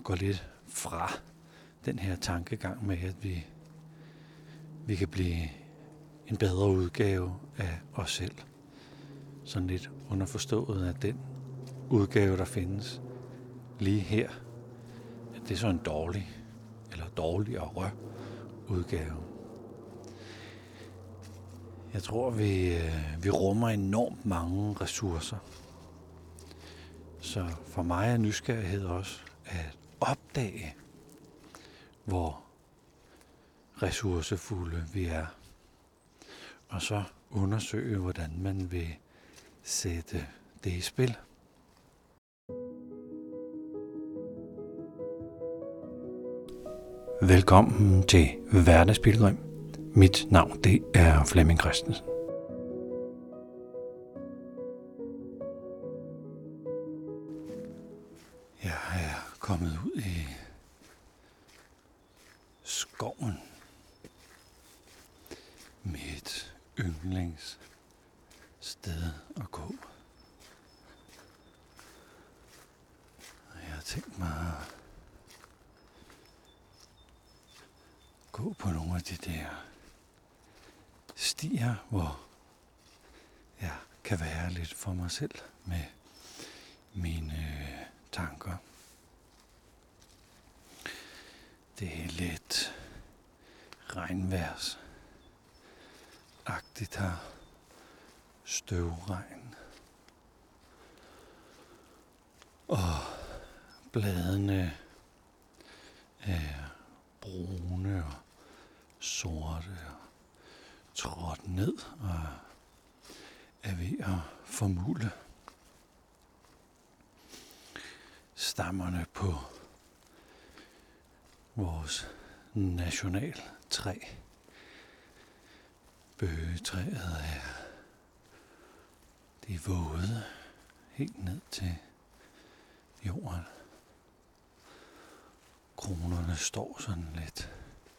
gå lidt fra den her tankegang med, at vi kan blive en bedre udgave af os selv. Sådan lidt underforstået, at den udgave, der findes lige her, at det er så en dårlig eller dårligere udgave. Jeg tror, vi rummer enormt mange ressourcer. Så for mig er nysgerrighed også at opdage, hvor ressourcefulde vi er. Og så undersøge, hvordan man vil sætte det i spil. Velkommen til Hverdagspilgrim. Mit navn det er Flemming Christensen. Jeg er kommet ud i skoven. Mit yndlingssted at gå. Og jeg har tænkt mig at gå på nogle af de der stier, hvor jeg kan være lidt for mig selv med mine tanker. Det er lidt regnværsagtigt her. Støvregn. Og bladene er brune og sorte og trådt ned og er ved at formulde. Stammerne på vores nationaltræ, bøgetræet, de er våde helt ned til jorden. Kronerne står sådan lidt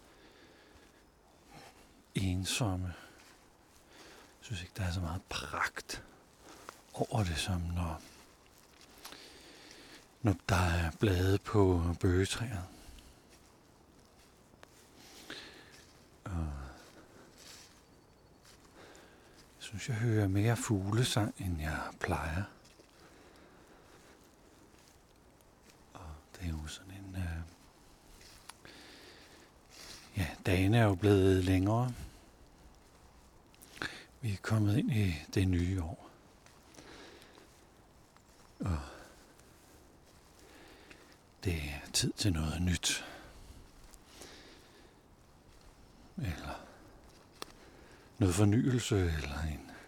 ensomme. Jeg synes ikke, der er så meget pragt over det, som når der er blade på bøgetræet. Og jeg synes, jeg hører mere fuglesang, end jeg plejer. Og det er jo sådan en... dagene er jo blevet længere. Vi er kommet ind i det nye år. Og det er tid til noget nyt. Eller noget fornyelse, eller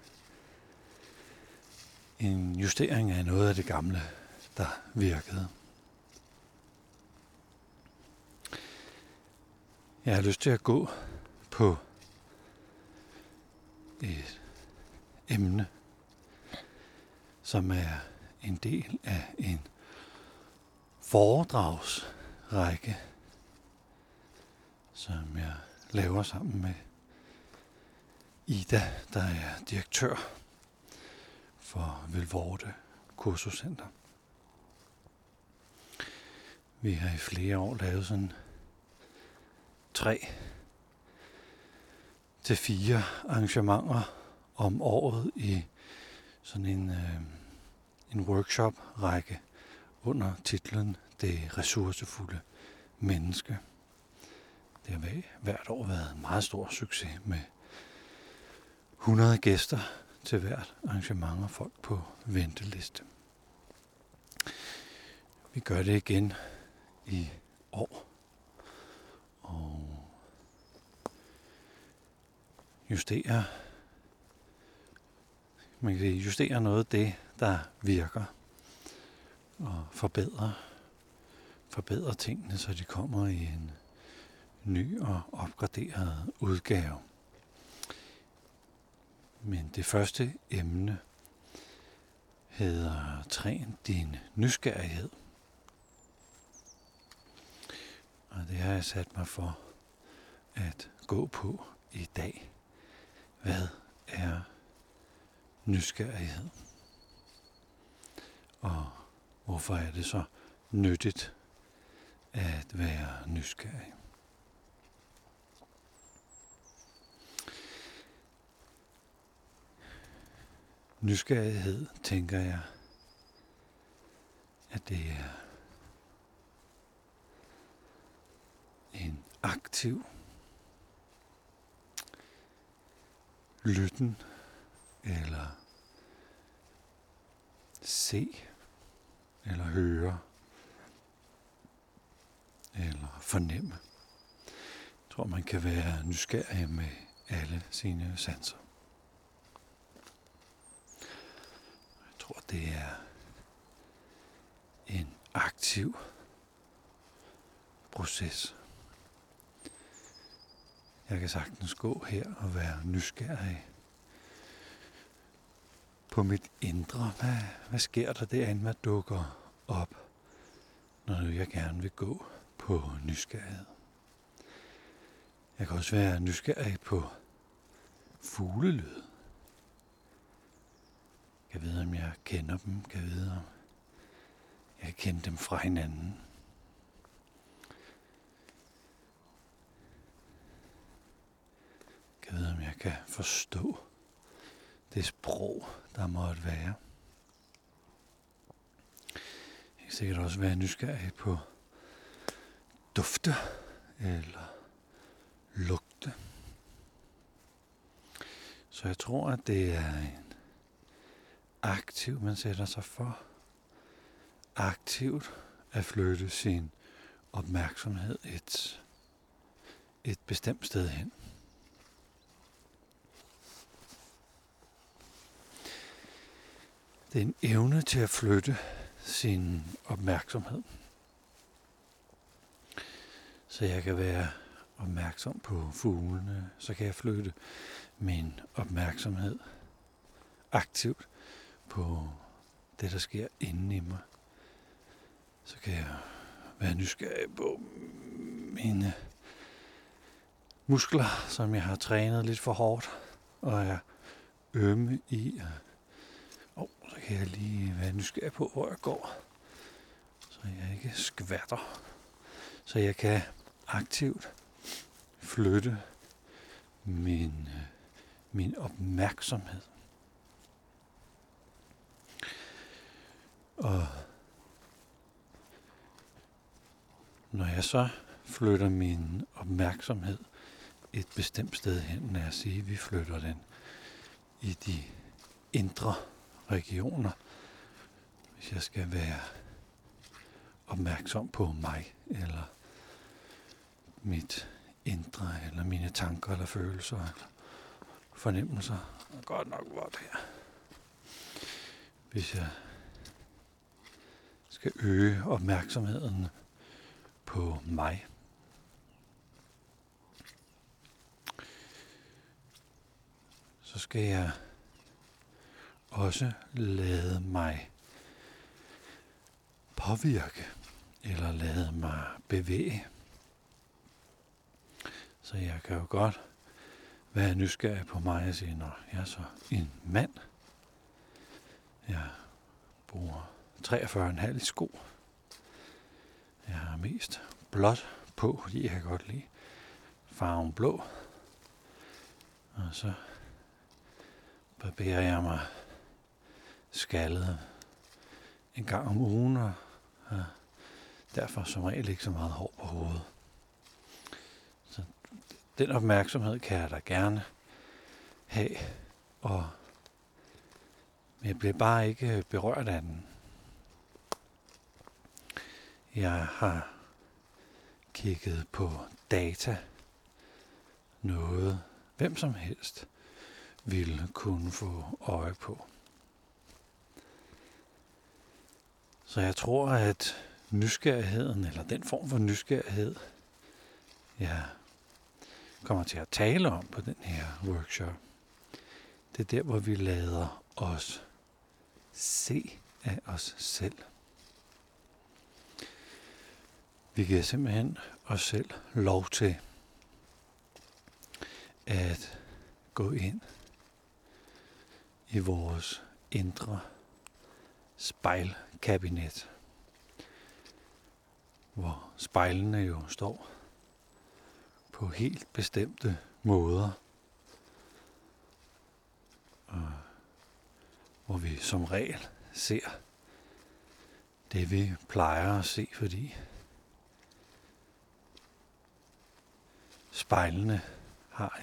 en justering af noget af det gamle, der virkede. Jeg har lyst til at gå på et emne, som er en del af en foredragsrække, som jeg laver sammen med Ida, der er direktør for Vilvoorde Kursuscenter. Vi har i flere år lavet sådan 3 til 4 arrangementer om året i sådan en workshop-række under titlen Det ressourcefulde menneske. Det har hvert år været en meget stor succes med 100 gæster til hvert arrangement og folk på venteliste. Vi gør det igen i år. Og man kan justere noget af det, der virker, og forbedre tingene, så de kommer i en ny og opgraderet udgave. Men det første emne hedder Træn din nysgerrighed. Og det har jeg sat mig for at gå på i dag. Hvad er nysgerrighed? Og hvorfor er det så nyttigt at være nysgerrig. Nysgerrighed, tænker jeg, at det er en aktiv lytten eller se eller høre eller fornemme. Jeg tror, man kan være nysgerrig med alle sine sanser. Jeg tror, det er en aktiv proces. Jeg kan sagtens gå her og være nysgerrig på mit indre. Hvad sker der derinde? Hvad dukker op, når jeg gerne vil gå på nysgerrighed? Jeg kan også være nysgerrig på fuglelyd. Jeg ved, om jeg kender dem. Jeg ved, om jeg kan kende dem fra hinanden. Jeg ved, om jeg kan forstå det sprog, der måtte være. Jeg kan sikkert også være nysgerrig på dufte eller lugte. Så jeg tror, at det er en aktiv, man sætter sig for. Aktivt at flytte sin opmærksomhed et bestemt sted hen. Det er en evne til at flytte sin opmærksomhed. Så jeg kan være opmærksom på fuglene, så kan jeg flytte min opmærksomhed aktivt på det, der sker inde i mig. Så kan jeg være nysgerrig på mine muskler, som jeg har trænet lidt for hårdt, og er ømme i. Så kan jeg lige være nysgerrig på, hvor jeg går, så jeg ikke skvatter. Så jeg kan aktivt flytte min opmærksomhed. Og når jeg så flytter min opmærksomhed et bestemt sted hen, når jeg siger, at vi flytter den i de indre regioner, hvis jeg skal være opmærksom på mig, eller mit indre, eller mine tanker, eller følelser, eller fornemmelser. Godt nok vort her. Hvis jeg skal øge opmærksomheden på mig, så skal jeg også lade mig påvirke, eller lade mig bevæge. Så jeg kan jo godt være nysgerrig på mig og sige, når jeg er så en mand. Jeg bruger 43,5 i sko. Jeg har mest blåt på, fordi jeg kan godt lide farven blå. Og så barberer jeg mig skaldet en gang om ugen, og derfor som regel ikke så meget hår på hovedet. Så den opmærksomhed kan jeg da gerne have, men jeg bliver bare ikke berørt af den. Jeg har kigget på data, noget hvem som helst ville kunne få øje på. Så jeg tror, at nysgerrigheden, eller den form for nysgerrighed, jeg kommer til at tale om på den her workshop, det er der, hvor vi lader os se af os selv. Vi giver simpelthen os selv lov til at gå ind i vores indre spejlkabinet, hvor spejlene jo står på helt bestemte måder. Og hvor vi som regel ser det, vi plejer at se, fordi spejlene har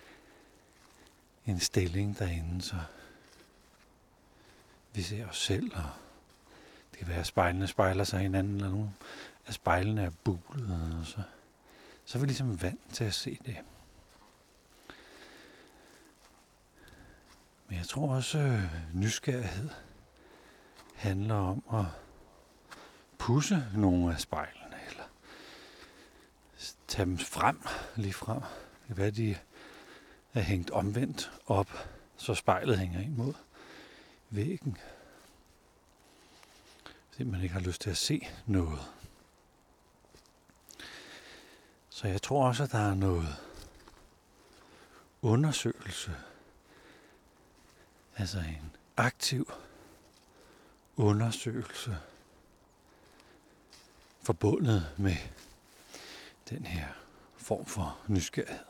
en stilling derinde, så vi ser os selv, og det kan være, at spejlene spejler sig hinanden, eller nogle af spejlene er bulet, og så er vi ligesom vant til at se det. Men jeg tror også, nysgerrighed handler om at pudse nogle af spejlene, eller tage dem frem, lige frem. Det kan være, at de er hængt omvendt op, så spejlet hænger ind mod væggen. Fordi man ikke har lyst til at se noget. Så jeg tror også, at der er noget undersøgelse. Altså en aktiv undersøgelse forbundet med den her form for nysgerrighed.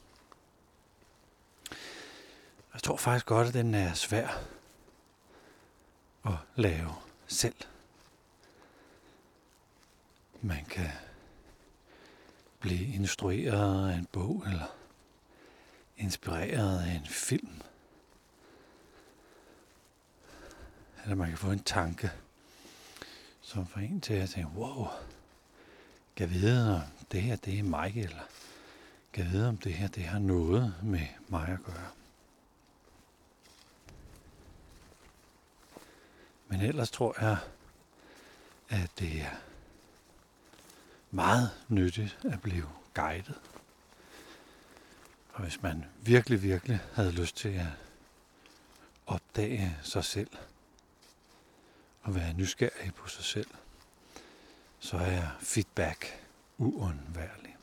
Jeg tror faktisk godt, at den er svær at lave selv. Man kan blive instrueret af en bog eller inspireret af en film. Eller man kan få en tanke, som får en til at tænke, wow, kan jeg vide, om det her det er mig, eller kan jeg vide, om det her det har noget med mig at gøre. Men ellers tror jeg, at det er meget nyttigt at blive guidet. Og hvis man virkelig havde lyst til at opdage sig selv, og være nysgerrig på sig selv, så er feedback uundværlig.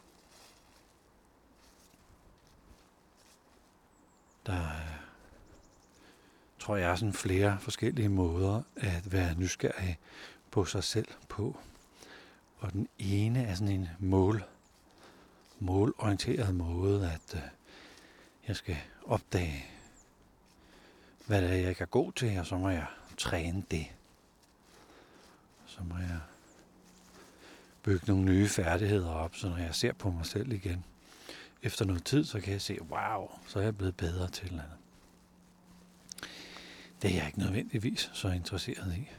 Der er, tror jeg, er sådan flere forskellige måder at være nysgerrig på sig selv på. Og den ene er sådan en målorienteret måde, at jeg skal opdage, hvad det er, jeg ikke er god til, og så må jeg træne det. Så må jeg bygge nogle nye færdigheder op, så når jeg ser på mig selv igen, efter noget tid, så kan jeg se, wow, så er jeg blevet bedre til noget. Det er jeg ikke nødvendigvis så interesseret i.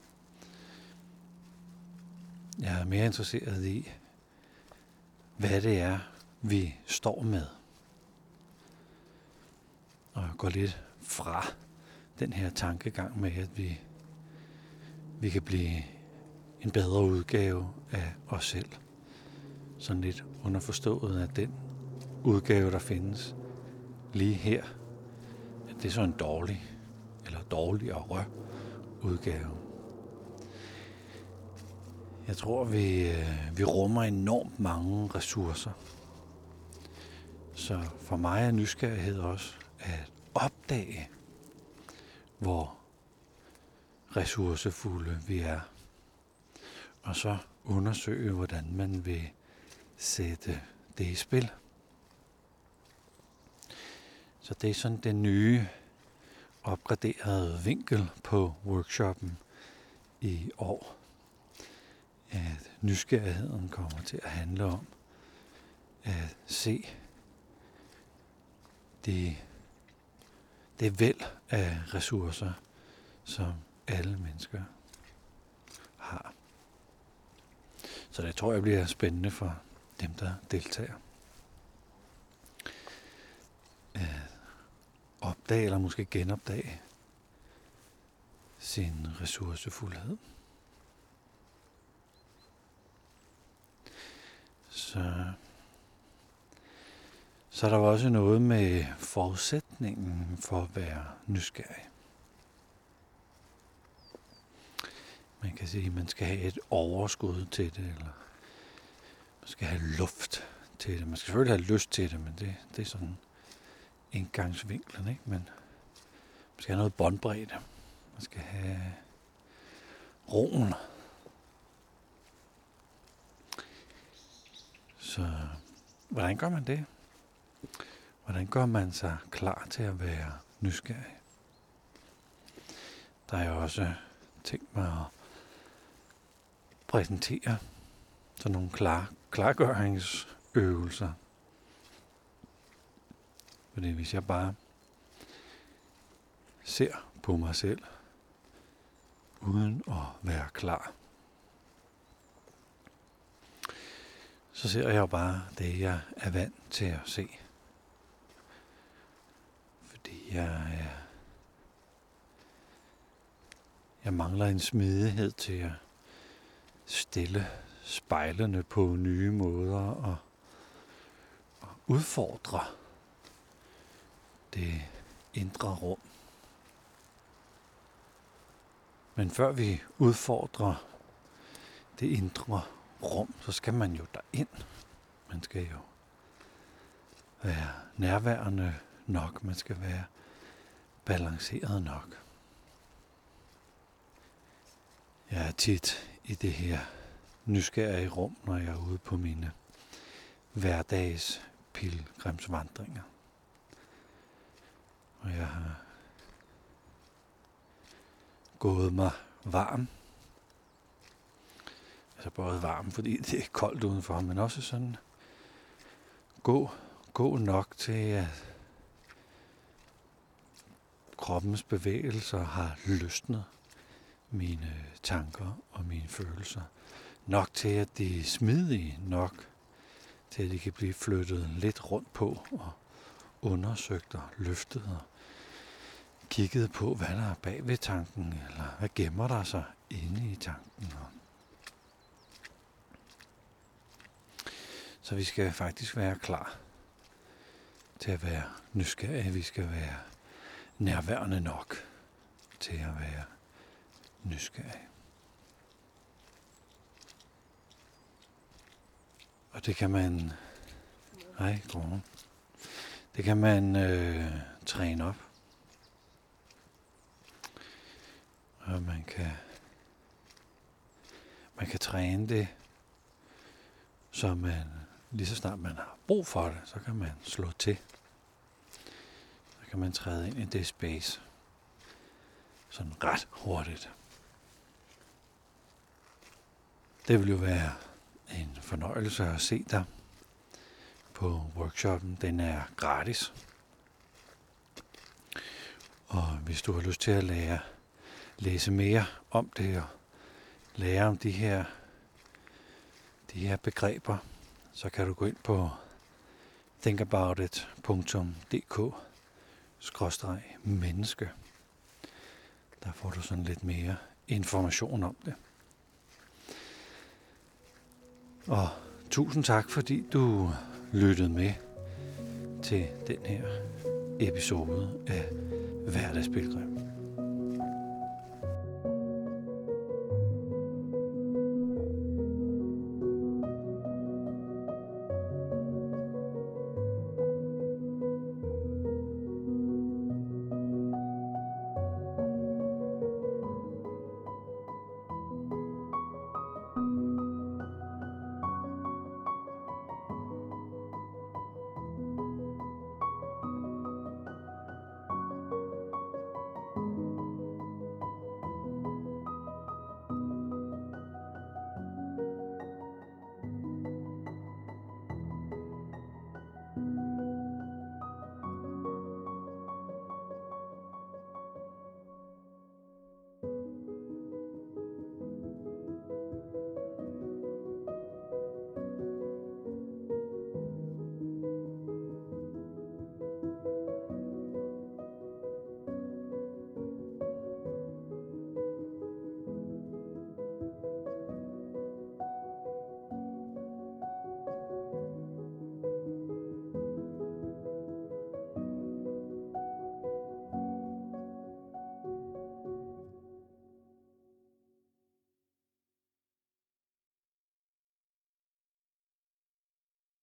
Jeg er mere interesseret i, hvad det er, vi står med. Og gå lidt fra den her tankegang med, at vi kan blive en bedre udgave af os selv. Sådan lidt underforstået, at den udgave, der findes lige her, at det er så en dårlig eller dårligere udgave. Jeg tror, vi rummer enormt mange ressourcer. Så for mig er nysgerrighed også at opdage, hvor ressourcefulde vi er. Og så undersøge, hvordan man vil sætte det i spil. Så det er sådan den nye, opgraderede vinkel på workshoppen i år. At nysgerrigheden kommer til at handle om at se det væld af ressourcer, som alle mennesker har. Så det tror jeg bliver spændende for dem, der deltager. At opdage eller måske genopdage sin ressourcefuldhed. Så er der også noget med forudsætningen for at være nysgerrig. Man kan sige, at man skal have et overskud til det, eller man skal have luft til det. Man skal selvfølgelig have lyst til det, men det er sådan indgangsvinklen, ikke? Men man skal have noget båndbredde. Man skal have roen. Så hvordan gør man det? Hvordan gør man sig klar til at være nysgerrig? Der er jo også tænkt mig at præsentere sådan nogle klargøringsøvelser. Fordi hvis jeg bare ser på mig selv, uden at være klar, så ser jeg jo bare det, jeg er vant til at se. Fordi jeg mangler en smidighed til at stille spejlene på nye måder og udfordre det indre rum. Men før vi udfordrer det indre rum, så skal man jo derind. Man skal jo være nærværende nok. Man skal være balanceret nok. Jeg er tit i det her nysgerrige rum, når jeg er ude på mine hverdags pilgrimsvandringer. Og jeg har gået mig varm. Altså både varm, fordi det er koldt udenfor, men også sådan gå nok til, at kroppens bevægelser har løsnet mine tanker og mine følelser. Nok til, at de er smidige nok til, at de kan blive flyttet lidt rundt på og undersøgt og løftet og kigget på, hvad der er bag ved tanken, eller hvad gemmer der sig inde i tanken. Så vi skal faktisk være klar til at være nysgerrige. Vi skal være nærværende nok til at være nysgerrige. Og det kan man det kan man træne op. Og man kan træne det, så man lige så snart man har brug for det, så kan man slå til. Så kan man træde ind i det space sådan ret hurtigt. Det vil jo være en fornøjelse at se dig på workshoppen. Den er gratis. Og hvis du har lyst til at læse mere om det og lære om de her begreber, så kan du gå ind på thinkaboutit.dk/menneske. Der får du sådan lidt mere information om det. Og tusind tak, fordi du lyttede med til den her episode af Hverdagspilgrim.